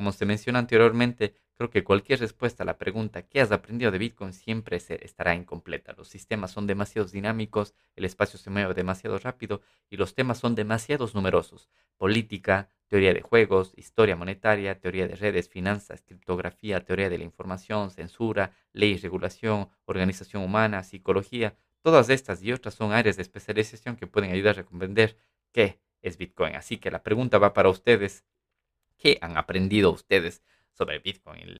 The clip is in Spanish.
como se menciona anteriormente, creo que cualquier respuesta a la pregunta ¿qué has aprendido de Bitcoin? Siempre estará incompleta. Los sistemas son demasiado dinámicos, el espacio se mueve demasiado rápido y los temas son demasiado numerosos. Política, teoría de juegos, historia monetaria, teoría de redes, finanzas, criptografía, teoría de la información, censura, ley y regulación, organización humana, psicología. Todas estas y otras son áreas de especialización que pueden ayudar a comprender qué es Bitcoin. Así que la pregunta va para ustedes. ¿Qué han aprendido ustedes sobre Bitcoin?